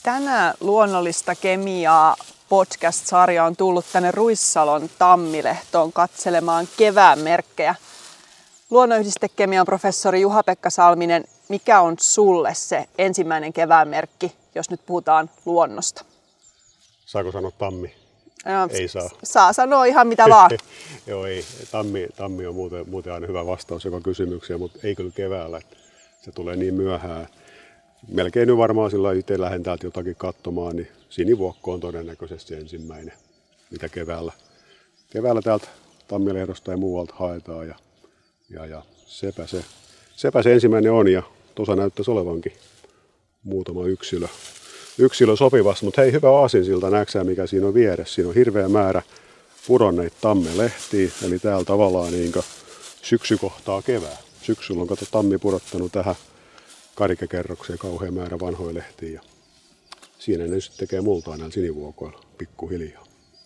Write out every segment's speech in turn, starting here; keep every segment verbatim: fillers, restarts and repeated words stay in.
Tänään Luonnollista kemiaa podcast-sarja on tullut tänne Ruissalon Tammilehtoon katselemaan kevään merkkejä. Luonnonyhdistekemian professori Juha-Pekka Salminen, mikä on sulle se ensimmäinen kevään merkki, jos nyt puhutaan luonnosta? Saako sanoa tammi? No, ei saa. Saa sanoa ihan mitä vaan. Joo, ei. Tammi, tammi on muuten, muuten aina hyvä vastaus joka kysymykseen, mutta ei kyllä keväällä. Se tulee niin myöhään. Melkein nyt varmaan sillä itse lähden täältä jotakin katsomaan, niin sinivuokko on todennäköisesti ensimmäinen, mitä keväällä. Keväällä täältä Tammilehdosta ja muualta haetaan ja, ja, ja sepä, se, sepä se ensimmäinen on ja tuossa näyttäisi olevankin muutama yksilö, yksilö sopivasti. Mutta hei, hyvä aasinsilta, näksää mikä siinä on vieressä. Siinä on hirveä määrä pudonneita tammelehtiä, eli täällä tavallaan niin syksy kohtaa kevää. Syksyllä on kato tammi pudottanut tähän karikekerrokseen kauhean määrä vanhoja lehtiä ja siinä ne sitten tekee multaa näillä sinivuokoilla pikkuhiljaa.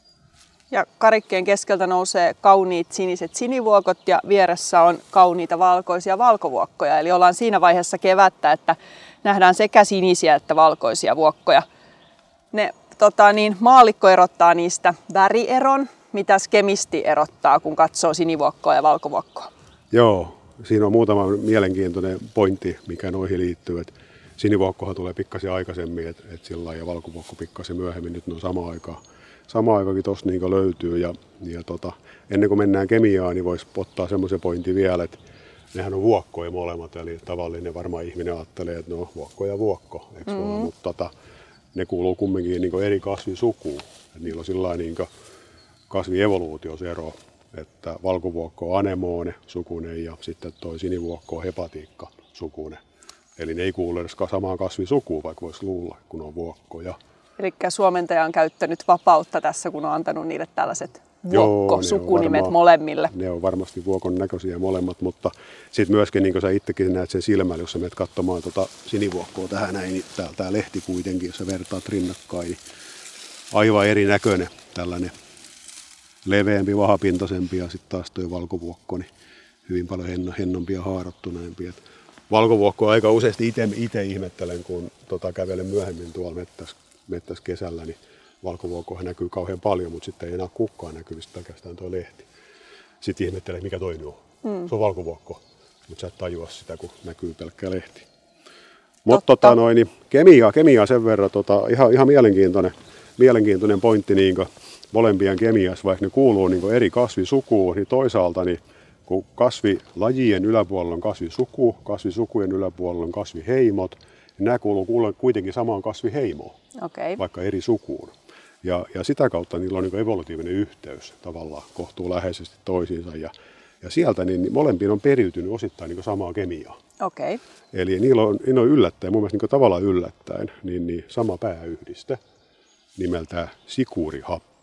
Ja karikkeen keskeltä nousee kauniit siniset sinivuokot ja vieressä on kauniita valkoisia valkovuokkoja. Eli ollaan siinä vaiheessa kevättä, että nähdään sekä sinisiä että valkoisia vuokkoja. Ne tota, niin, maallikko erottaa niistä värieron. Mitäs kemisti erottaa, kun katsoo sinivuokkoa ja valkovuokkoa? Joo. Siinä on muutama mielenkiintoinen pointti, mikä noihin liittyy. Et sinivuokkohan tulee pikkasen aikaisemmin et, et sillä ja valkovuokko pikkasen myöhemmin. Nyt ne on sama aikaa. Sama aikakin tuossa niin löytyy. Ja, ja tota, ennen kuin mennään kemiaan, niin voisi ottaa semmoisen pointin vielä, että nehän on vuokkoja molemmat. Eli tavallinen varmaan ihminen ajattelee, että no vuokko ja vuokko. Mm-hmm. Mutta tota, ne kuuluu kumminkin niin eri kasvisukuun. Et niillä on sillä niin kasvievoluutiossa ero. Että valkovuokko on anemoone sukunen ja sitten toi sinivuokko on hepatiikka sukunen. Eli ne ei kuulu edes samaan kasvisukuun, vaikka voisi luulla, kun on vuokkoja. Eli suomentaja on käyttänyt vapautta tässä, kun on antanut niille tällaiset vuokko-sukunimet molemmille. Ne on varmasti vuokon näköisiä molemmat, mutta sitten myöskin, niin kuin sä itsekin näet sen silmällä, jos sä menet katsomaan tuota sinivuokkoa tähän näin, niin tää, tää lehti kuitenkin, jos sä vertaat rinnakkain, niin aivan erinäköinen tällainen. Leveämpi, vahapintaisempi ja sitten taas tuo valkovuokko, niin hyvin paljon hennompi ja haarottuneempi. Et valkovuokko aika useasti itse ihmettelen, kun tota kävelen myöhemmin tuolla mettässä, mettässä kesällä, niin valkovuokkohan näkyy kauhean paljon, mutta sitten ei enää kukaan näkyvistä pelkästään tuo lehti. Sitten ihmettelen, mikä toi on. Mm. Se on valkovuokko, mutta sä et tajua sitä, kun näkyy pelkkä lehti. Mutta tota, niin, kemiaa, kemiaa sen verran, tota, ihan, ihan mielenkiintoinen, mielenkiintoinen pointti, niin molempien kemiassa, vaikka ne kuuluu niin eri kasvisukuun, niin toisaalta niin kun kasvilajien yläpuolella on kasvisuku, kasvisukujen yläpuolella on kasviheimot, niin nämä kuuluu kuitenkin samaan kasviheimoon, okay. Vaikka eri sukuun. Ja, ja sitä kautta niillä on niin evolutiivinen yhteys tavallaan kohtuu läheisesti toisiinsa. Ja, ja sieltä niin molempiin on periytynyt osittain niin samaa kemiaa. Okay. Eli niillä on, niillä on yllättäen, mun mielestä niin tavallaan yllättäen, niin, niin sama pääyhdiste nimeltään sikurihappo.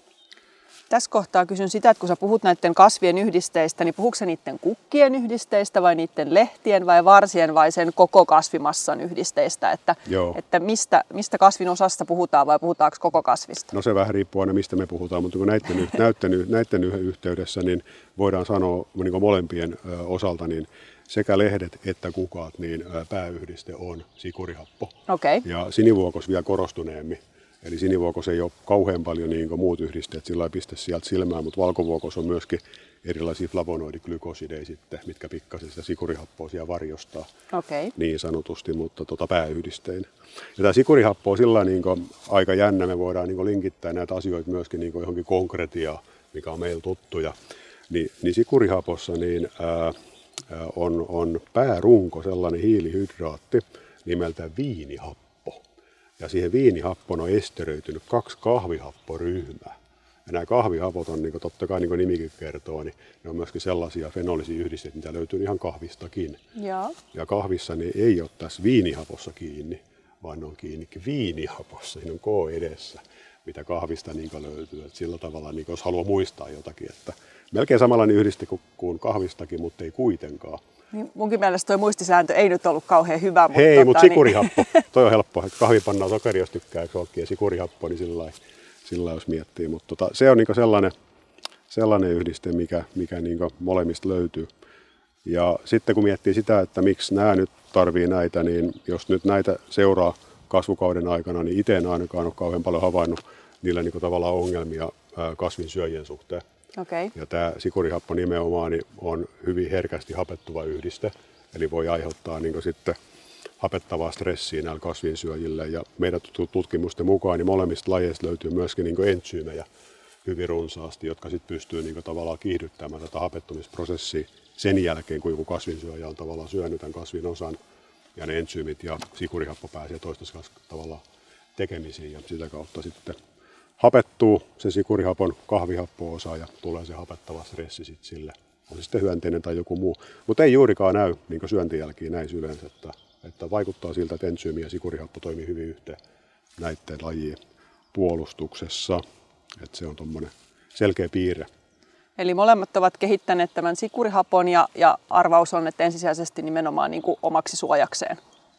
Tässä kohtaa kysyn sitä, että kun sä puhut näiden kasvien yhdisteistä, niin puhuuko sä niiden kukkien yhdisteistä vai niiden lehtien vai varsien vai sen koko kasvimassan yhdisteistä? Että, että mistä, mistä kasvin osasta puhutaan vai puhutaanko koko kasvista? No se vähän riippuu aina mistä me puhutaan, mutta kun näiden, näiden, näiden yhteydessä niin voidaan sanoa niin molempien osalta, niin sekä lehdet että kukat, niin pääyhdiste on sikurihappo. Okay. Ja sinivuokos vielä korostuneemmin. Eli sinivuokos ei ole kauhean paljon niin kuin muut yhdisteet, sillä ei pistä sieltä silmään, mutta valkovuokos on myöskin erilaisia flavonoidiglykosideja sitten, mitkä pikkasen sitä sikurihappoa siellä varjostaa okay. Niin sanotusti, mutta tota pääyhdistein. Ja tämä sikurihappo on sillä niin kuin aika jännä, me voidaan niin kuin linkittää näitä asioita myöskin niin kuin johonkin konkretiaan, mikä on meillä tuttuja. Ni, niin sikurihapossa niin, ää, on, on päärunko sellainen hiilihydraatti nimeltä viinihappo. Ja siihen viinihappoon on esteröitynyt kaksi kahvihapporyhmää. Ja nämä kahvihapot on, niin kuin, totta kai niin kuin nimikin kertoo, niin ne on myöskin sellaisia fenolisia yhdisteitä, mitä löytyy ihan kahvistakin. Ja, ja kahvissa niin ei ole tässä viinihapossa kiinni, vaan ne on kiinni viinihapossa. Siinä on K edessä, mitä kahvista niin löytyy. Et sillä tavalla, niin jos haluaa muistaa jotakin, että melkein samanlainen yhdiste kuin kahvistakin, mutta ei kuitenkaan. Niin munkin mielestä tuo muistisääntö ei nyt ollut kauhean hyvä. Mutta hei, tota, mutta sikurihappo. Niin toi on helppo. Kahvi pannaan sokeri, jos tykkää ja sikurihappo, niin sillä lailla jos miettii. Mutta tota, se on niinku sellainen, sellainen yhdiste, mikä, mikä niinku molemmista löytyy. Ja sitten kun miettii sitä, että miksi nämä nyt tarvii näitä, niin jos nyt näitä seuraa kasvukauden aikana, niin itse en ainakaan ole kauhean paljon havainnut niillä niin kuin tavallaan ongelmia kasvinsyöjien suhteen. Okay. Ja tämä sikurihappo nimenomaan niin on hyvin herkästi hapettuva yhdiste, eli voi aiheuttaa niin kuin sitten hapettavaa stressiä näillä kasvinsyöjillä. Ja meidän tutkimusten mukaan niin molemmista lajeista löytyy myöskin niin kuin entsyymejä hyvin runsaasti, jotka sitten pystyy niin kuin tavallaan kiihdyttämään tätä hapettumisprosessia sen jälkeen, kun joku kasvinsyöjä on tavallaan syönyt tämän kasvin osan, ja ne entsyymit ja sikurihappo pääsee toistaiseksi tavallaan tekemisiin, ja sitä kautta sitten hapettuu se sikurihapon kahvihappo-osa ja tulee se hapettava stressi sitten sille. On se sitten hyönteinen tai joku muu. Mutta ei juurikaan näy niin syöntijälkiin näin yleensä, että, että vaikuttaa siltä, että entsyymi ja sikurihappo toimii hyvin yhteen näiden lajien puolustuksessa. Että se on tuommoinen selkeä piirre. Eli molemmat ovat kehittäneet tämän sikurihapon ja, ja arvaus on, että ensisijaisesti nimenomaan niin kuin omaksi suojakseen.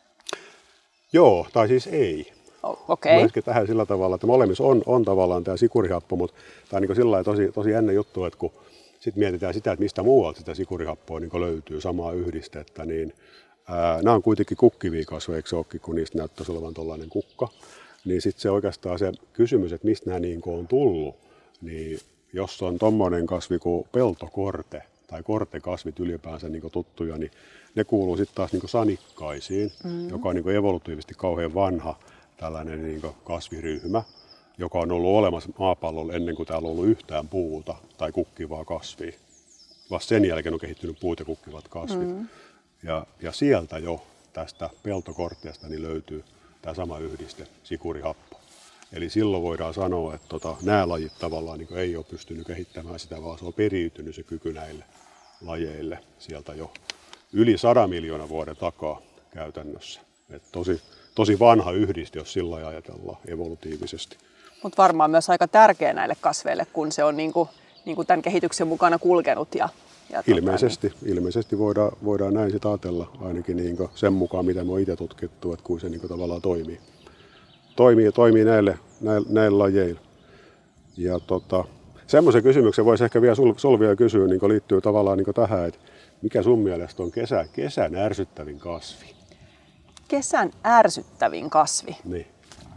Joo, tai siis ei. Okei. Myöskin tähän sillä tavalla, että molemmissa on, on tavallaan tämä sikurihappo, mutta tämä on niin sillä lailla tosi, tosi jännä juttu, että kun sit mietitään sitä, että mistä muualta sitä sikurihappoa niin löytyy, samaa yhdistettä, niin ää, nämä on kuitenkin kukkivia kasveja, eikö se olekin, kun niistä näyttäisi olevan tuollainen kukka. Niin sitten se oikeastaan se kysymys, että mistä nämä niin on tullut, niin jos on tuommoinen kasvi kuin peltokorte tai kortekasvit ylipäänsä niin tuttuja, niin ne kuuluu sitten taas niin sanikkaisiin, mm. joka on niin evolutiivisesti kauhean vanha tällainen niin kasviryhmä, joka on ollut olemassa maapallolla ennen kuin täällä on ollut yhtään puuta tai kukkivaa kasvia. Vasta sen jälkeen on kehittynyt puut ja kukkivat kasvit. Mm. Ja, ja sieltä jo tästä peltokorteasta niin löytyy tämä sama yhdiste, sikurihappo. Eli silloin voidaan sanoa, että tota, nämä lajit tavallaan niin ei ole pystynyt kehittämään sitä, vaan se on periytynyt se kyky näille lajeille sieltä jo yli sadan miljoonan vuoden takaa käytännössä. Et tosi, tosi vanha yhdiste, jos sillä lailla ajatellaan evolutiivisesti. Mutta varmaan myös aika tärkeä näille kasveille, kun se on niinku, niinku tämän kehityksen mukana kulkenut. Ja, ja ilmeisesti tota, niin. ilmeisesti voidaan, voidaan näin sitä ajatella, ainakin niinku sen mukaan, mitä me on itse tutkittu, että kuin se niinku tavallaan toimii. Toimii, toimii näille, näille, näille lajeille. Ja tota, semmoisen kysymyksen voisi ehkä vielä sul, vielä kysyä, niin liittyy tavallaan niin tähän, että mikä sun mielestä on kesä, kesän ärsyttävin kasvi? Kesän ärsyttävin kasvi? Niin.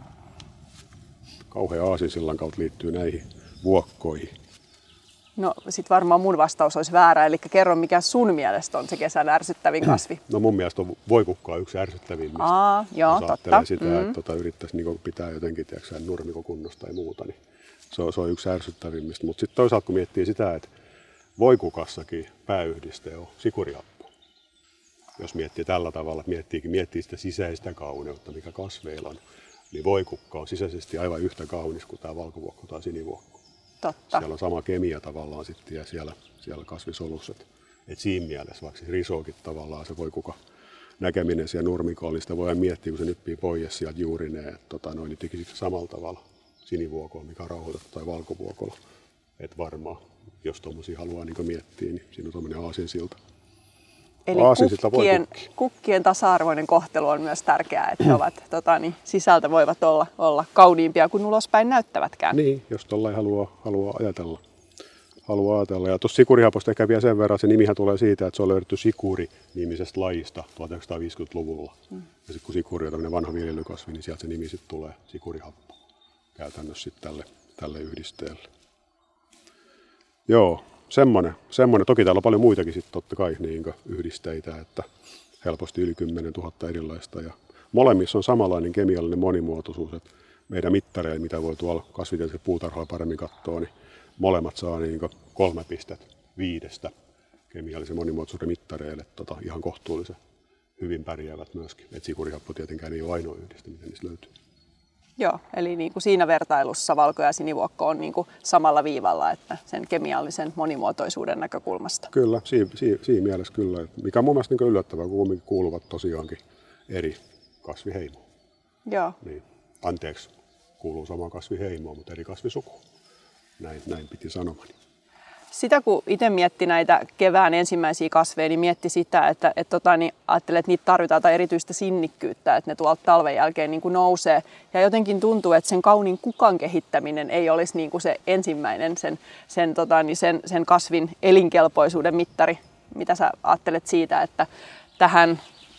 Kauhea aasinsillan kautta liittyy näihin vuokkoihin. No sit varmaan mun vastaus olisi väärä, eli kerro mikä sun mielestä on se kesän ärsyttävin kasvi? No mun mielestä on voikukkaa yksi ärsyttävimmistä. Aa, joo, jos totta. sitä, mm. että tota, yrittäisi niin pitää jotenkin tiiäksä, nurmikokunnosta tai muuta, niin se on, se on yksi ärsyttävimmistä. Mutta sitten toisaalta kun miettii sitä, että voikukassakin pääyhdiste on sikurihappo. Jos miettii tällä tavalla, että miettii, miettii sitä sisäistä kauneutta, mikä kasveilla on, niin voikukka on sisäisesti aivan yhtä kaunis kuin tämä valkovuokko tai sinivuokko. Totta. Siellä on sama kemia tavallaan sitten ja siellä, siellä kasvisolussa. Et siinä mielessä vaikka se risookin tavallaan se voikuka näkeminen siellä nurmikolla, sitä voidaan miettiä, kun se nyppii pois sieltä juurineen, että tota, noin, niin tekisikö samalla tavalla sinivuokolla, mikä on rauhoitettu tai valkovuokolla. Että varmaan, jos tuommoisia haluaa niin miettiä, niin siinä on tuommoinen aasinsilta. Eli kukkien, kukkien tasa-arvoinen kohtelu on myös tärkeää, että ovat, tota, niin, sisältä voivat olla, olla kauniimpia kuin ulospäin näyttävätkään. Niin, jos tuollain haluaa, haluaa ajatella. Haluaa ajatella. Ja tuossa sikurihaposta ehkä vielä sen verran, että se nimihän tulee siitä, että se on löydetty sikuri-nimisestä lajista tuhatyhdeksänsataaviisikymmentäluvulla. Mm. Ja sitten kun sikuri on tämmöinen vanha viljelykasvi, niin sieltä se nimi sitten tulee sikurihappo käytännössä sitten tälle, tälle yhdisteelle. Joo. Semmoinen, semmoinen. Toki täällä on paljon muitakin sitten totta kai niin yhdisteitä, että helposti yli kymmenen tuhatta erilaista. Ja molemmissa on samanlainen kemiallinen monimuotoisuus, että meidän mittareilla, mitä voi tuolla kasvitieteellisellä puutarhalla paremmin katsoa, niin molemmat saa niin kolme pistettä viidestä kemiallisen monimuotoisuuden mittareille tota, ihan kohtuullisen hyvin pärjäävät myöskin. Et sikurihappo tietenkään ei ole ainoa yhdiste, mitä niistä löytyy. Joo, eli niin kuin siinä vertailussa valko- ja sinivuokko on niin kuin samalla viivalla, että sen kemiallisen monimuotoisuuden näkökulmasta. Kyllä, siinä, siinä, siinä mielessä kyllä. Mikä on mun mielestä niin yllättävää, kun kumminkin kuuluvat tosiaankin eri kasviheimoon. Joo. Niin, anteeksi, kuuluu samaan kasviheimoon, mutta eri kasvisukuun. Näin, näin piti sanomani. Sitä kun itse mietti näitä kevään ensimmäisiä kasveja, niin mietti sitä, että et tota, niin ajattelee, että niitä tarvitaan tai erityistä sinnikkyyttä, että ne tuolta talven jälkeen niin kuin nousee. Ja jotenkin tuntuu, että sen kauniin kukan kehittäminen ei olisi niin kuin se ensimmäinen sen, sen, tota, niin sen, sen kasvin elinkelpoisuuden mittari. Mitä sä ajattelet siitä, että tähän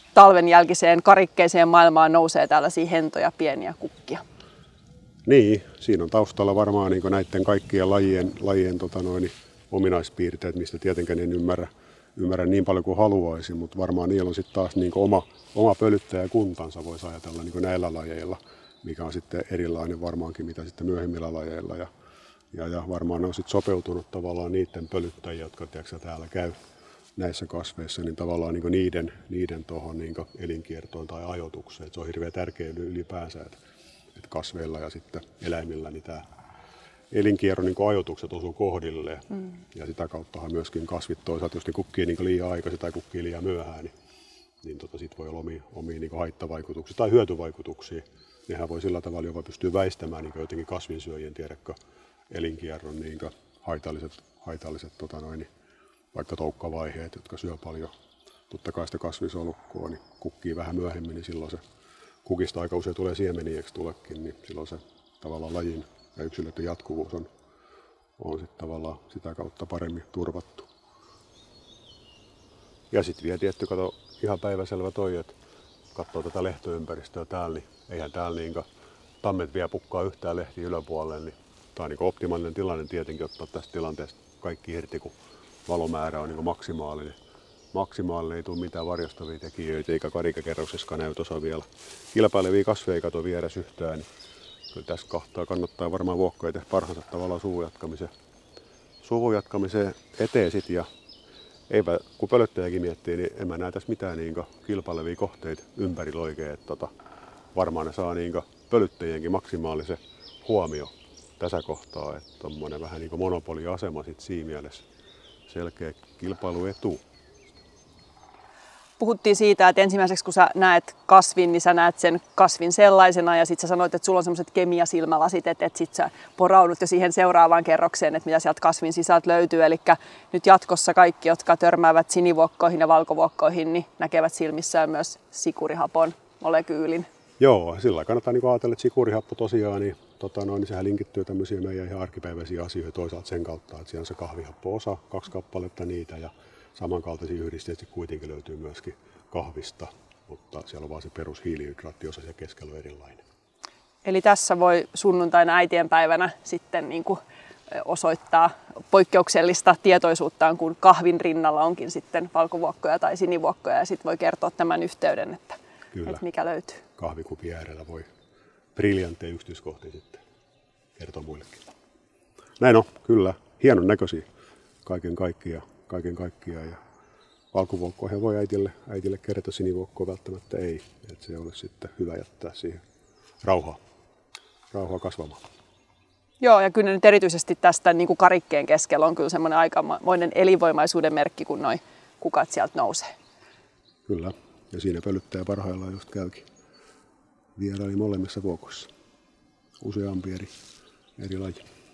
talven jälkiseen karikkeiseen maailmaan nousee tällaisia hentoja pieniä kukkia. Niin, siinä on taustalla varmaan niin näiden kaikkien lajien, lajien tota noin, ominaispiirteet, mistä tietenkään en ymmärrä, ymmärrä niin paljon kuin haluaisin, mutta varmaan niillä on sitten taas niin oma, oma pölyttäjäkuntansa, voisi ajatella niin näillä lajeilla, mikä on sitten erilainen varmaankin mitä sitten myöhemmillä lajeilla. Ja, ja, ja varmaan ne on sitten sopeutunut tavallaan niiden pölyttäjiä, jotka tiedätkö, täällä käy näissä kasveissa, niin tavallaan niin niiden, niiden tuohon niin elinkiertoon tai ajoitukseen. Et se on hirveän tärkeää ylipäänsä, että et kasveilla ja sitten eläimillä niin tämä elinkierron niin ajoitukset osuu kohdilleen. Mm. Ja sitä kauttahan myöskin kasvit toisaalta, jos ne kukkii niin liian aikaisin tai kukkii liian myöhään, niin, niin tota sit voi olla omia, omia niin haittavaikutuksia tai hyötyvaikutuksia. Nehän voi sillä tavalla jopa pystyä väistämään niin jotenkin kasvinsyöjien tiedäkö, elinkierron niin haitalliset, haitalliset tota noin, vaikka toukkavaiheet, jotka syö paljon totta kai sitä kasvisolukkoa, niin kukkii vähän myöhemmin, niin silloin se kukista aika usein tulee siemeniäksi tulekin, niin silloin se tavallaan lajin ja yksilöiden jatkuvuus on, on sit tavallaan sitä kautta paremmin turvattu. Ja sitten vielä tietty, kato, ihan päiväselvä toi, että katsoo tätä lehtoympäristöä täällä, niin eihän täällä niin tammet vielä pukkaa yhtään lehtiä yläpuolelle, niin tämä on niin optimaalinen tilanne tietenkin ottaa tästä tilanteesta kaikki irti, kun valomäärä on niin maksimaalinen. Maksimaalinen, ei tule mitään varjostavia tekijöitä, eikä karikakerroksessakaan näy tuossa vielä kilpailevia kasveja, ei kato vieressä yhtään. Niin kyllä tässä kohtaa kannattaa varmaan vuokkoja tehdä parhaansa tavallaan suvun jatkamiseen, suvun jatkamiseen eteen sit. Ja eipä, kun pölöttäjäkin miettii, niin en mä näe tässä mitään niin kilpailevia kohteita ympärillä oikein. Että tota, varmaan ne saa niin pölyttäjienkin maksimaalisen huomio tässä kohtaa. Että tommonen vähän niin monopoliasema sit siinä mielessä. Selkeä kilpailuetu. Puhuttiin siitä, että ensimmäiseksi kun sä näet kasvin, niin sä näet sen kasvin sellaisena ja sitten sä sanoit, että sulla on semmoiset kemiasilmälasit, että, että sit sä poraudut jo siihen seuraavaan kerrokseen, että mitä sieltä kasvin sisältä löytyy. Eli nyt jatkossa kaikki, jotka törmäävät sinivuokkoihin ja valkovuokkoihin, niin näkevät silmissään myös sikurihapon molekyylin. Joo, sillä kannattaa niin ajatella, että sikurihappo tosiaan, niin, tota noin, niin sehän linkittyy tämmöisiä meidän ihan arkipäiväisiä asioita toisaalta sen kautta, että siellä on se kahvihappo-osa, kaksi kappaletta niitä ja samankaltaisia yhdisteitä kuitenkin löytyy myöskin kahvista, mutta siellä on vaan se perushiilihydraattiosa ja keskellä on erilainen. Eli tässä voi sunnuntaina äitienpäivänä sitten niin kuin osoittaa poikkeuksellista tietoisuuttaan, kun kahvin rinnalla onkin sitten valkovuokkoja tai sinivuokkoja ja sitten voi kertoa tämän yhteyden, että, että mikä löytyy. Kahvikupin äärellä voi briljantteja yksityiskohtia sitten kertoa muillekin. Näin on, kyllä. Hienon näköisiä kaiken kaikkiaan. Kaiken kaikkiaan. Ja valkovuokkoihin voi äitille, äitille kerätä, sinivuokkoa välttämättä ei. Et se olisi sitten hyvä jättää siihen rauhaa, rauhaa kasvamaan. Joo, ja kyllä nyt erityisesti tästä niin kuin karikkeen keskellä on kyllä semmoinen aikamoinen elinvoimaisuuden merkki, kun noi kukat sieltä nousee. Kyllä, ja siinä pölyttäjä parhaillaan just käykin. Vieraili molemmissa vuokoissa. Useampi eri, eri laji.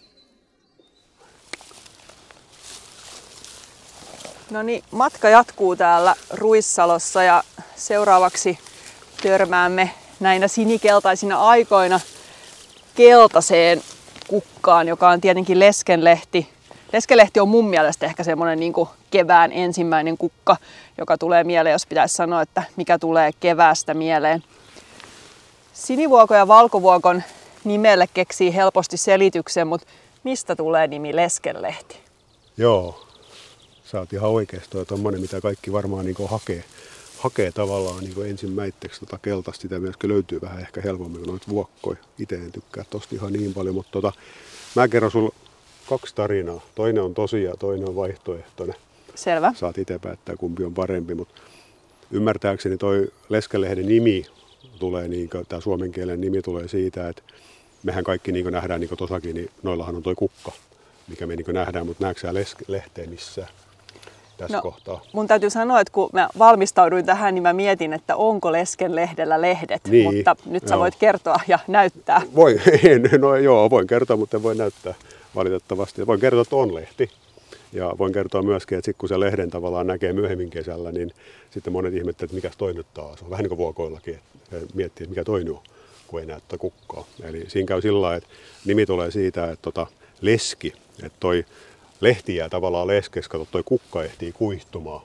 No niin, matka jatkuu täällä Ruissalossa ja seuraavaksi törmäämme näinä sinikeltaisina aikoina keltaiseen kukkaan, joka on tietenkin leskenlehti. Leskenlehti on mun mielestä ehkä semmoinen niin kuin kevään ensimmäinen kukka, joka tulee mieleen, jos pitäisi sanoa, että mikä tulee keväästä mieleen. Sinivuokon ja valkovuokon nimelle keksii helposti selityksen, mutta mistä tulee nimi leskenlehti? Joo. Sä oot ihan oikeasti toi tommonen, mitä kaikki varmaan niin hakee, hakee tavallaan niin ensimmäiseksi tota keltaista. Sitä myöskin löytyy vähän ehkä helpommin kuin noita vuokkoja. Itse en tykkää tosta ihan niin paljon, mutta tota, mä kerron sulle kaksi tarinaa. Toinen on tosi ja toinen on vaihtoehtoinen. Selvä. Saat itse päättää, kumpi on parempi, mutta ymmärtääkseni toi leskenlehden nimi tulee, niin tämä suomen kielen nimi tulee siitä, että mehän kaikki niin nähdään niin tossakin, niin noillahan on toi kukka, mikä me niin nähdään, mutta näetkö sä lehteen missään? Tässä no, kohtaa. Mun täytyy sanoa, että kun mä valmistauduin tähän, niin mä mietin, että onko leskenlehdellä lehdet, niin, mutta nyt sä joo. voit kertoa ja näyttää. Voi, no joo, voin kertoa, mutta en voi näyttää valitettavasti. Voin kertoa, että on lehti. Ja voin kertoa myöskin, että sit kun se lehden tavallaan näkee myöhemmin kesällä, niin sitten monet ihmettelevät, että mikä toi nyt taas on. Vähän niin kuin vuokoillakin, että miettii, että mikä toi on, kun ei näyttää kukkaa. Eli siinä käy sillä lailla, että nimi tulee siitä, että tota, leski, että toi lehti jää tavallaan leskeksi, kato toi kukka ehtii kuihtumaan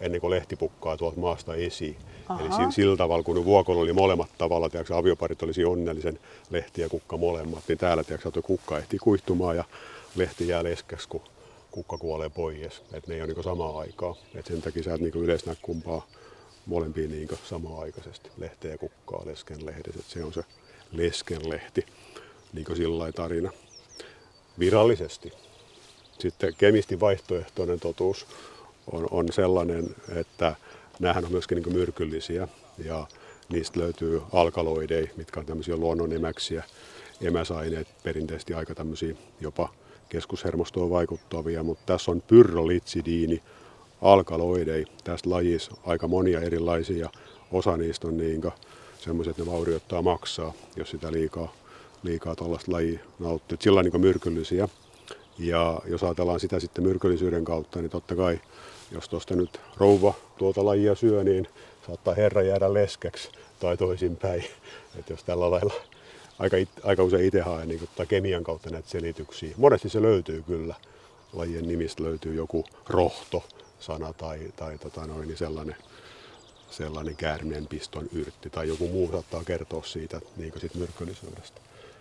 ennen kuin lehti pukkaa tuolta maasta esiin. Aha. Eli sillä tavalla, kun vuokolla oli molemmat tavalla, tiedätkö, avioparit olisi onnellisen lehti ja kukka molemmat, niin täällä tiedätkö, kukka ehtii kuihtumaan ja lehti jää leskeksi, kun kukka kuolee pois. Et ne ei ole niin samaa aikaa. Et sen takia sä et niin yleensä näe kumpaa molempia niin samaan aikaisesti. Lehteä ja kukkaa leskenlehdessä. Se on se leskenlehti, niin sillä tarina. Virallisesti. Sitten kemistin vaihtoehtoinen totuus on, on sellainen, että nämähän on myöskin niin myrkyllisiä ja niistä löytyy alkaloideja, mitkä on tämmöisiä luonnonemäksiä, emäsaineet, perinteisesti aika tämmöisiä jopa keskushermostoon vaikuttavia, mutta tässä on pyrrolitsidiini, alkaloideja tästä lajissa aika monia erilaisia. Osa niistä on niin semmoisia, että ne vaurioittaa maksaa, jos sitä liikaa, liikaa tuollaista lajia nauttii. Sillä on niin myrkyllisiä. Ja jos ajatellaan sitä sitten myrkyllisyyden kautta, niin totta kai, jos tuosta nyt rouva tuota lajia syö, niin saattaa herra jäädä leskeksi tai toisinpäin. Että jos tällä lailla aika, it, aika usein itse haen niin tai kemian kautta näitä selityksiä. Monesti se löytyy kyllä. Lajien nimistä löytyy joku rohto-sana tai, tai tota noin, niin sellainen, sellainen käärmeenpiston yrtti tai joku muu saattaa kertoa siitä niin sit myrkyllisyydestä.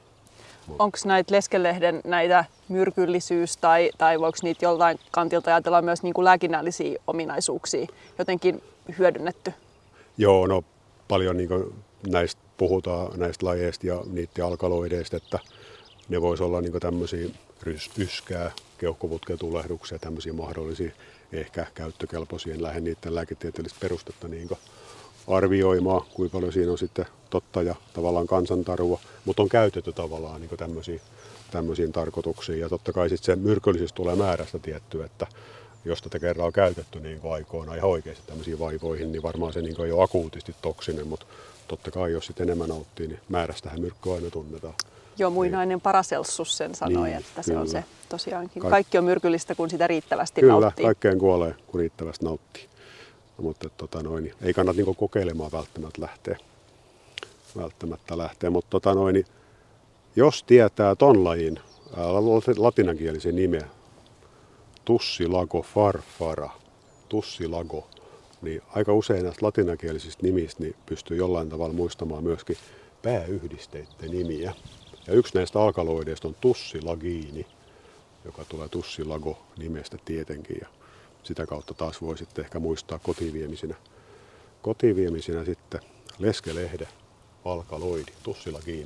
Onko näitä leskenlehden näitä myrkyllisyys tai, tai voiko niitä jollain kantilta ajatella myös niin kuin lääkinnällisiä ominaisuuksia jotenkin hyödynnetty? Joo, no paljon niin kuin näistä puhutaan näistä lajeista ja niiden alkaloideista, että ne voisi olla niin tämmöisiä yskää, keuhkoputketulehduksia, tämmöisiä mahdollisia ehkä käyttökelpoisia, en lähde niiden lääketieteellistä perustetta niin arvioimaan, kuinka paljon siinä on sitten totta ja tavallaan kansantarua, mutta on käytetty tavallaan niin tämmöisiin, tämmöisiin tarkoituksiin. Ja totta kai sitten se myrkyllisyys tulee määrästä tietty, että jos tätä kerran on käytetty niin aikoina ihan oikeasti tämmöisiin vaivoihin, niin varmaan se niin ei ole akuutisti toksinen, mutta totta kai jos sitten enemmän nauttii, niin määrästähän myrkky aina tunnetaan. Joo, muinainen Paracelsus sen sanoi, niin, että kyllä. Se on se tosiaankin. Kaik- Kaikki on myrkyllistä, kun sitä riittävästi kyllä, nauttii. Kyllä, kaikkeen kuolee, kun riittävästi nauttii. No, mutta tota noin, ei kannata niinku kokeilemaan välttämättä lähteä. Välttämättä lähteä. Mutta tota noin, jos tietää ton lajin ää, latinankielisen nimen, Tussilago farfara, Tussilago, niin aika usein näistä latinankielisistä nimistä niin pystyy jollain tavalla muistamaan myöskin pääyhdisteiden nimiä. Ja yksi näistä alkaloideista on tussilagiini, joka tulee Tussilago nimestä tietenkin. Ja sitä kautta taas voi sitten ehkä muistaa kotiviemisinä, kotiviemisinä sitten leskelehde, alkaloidi, tussilagiini.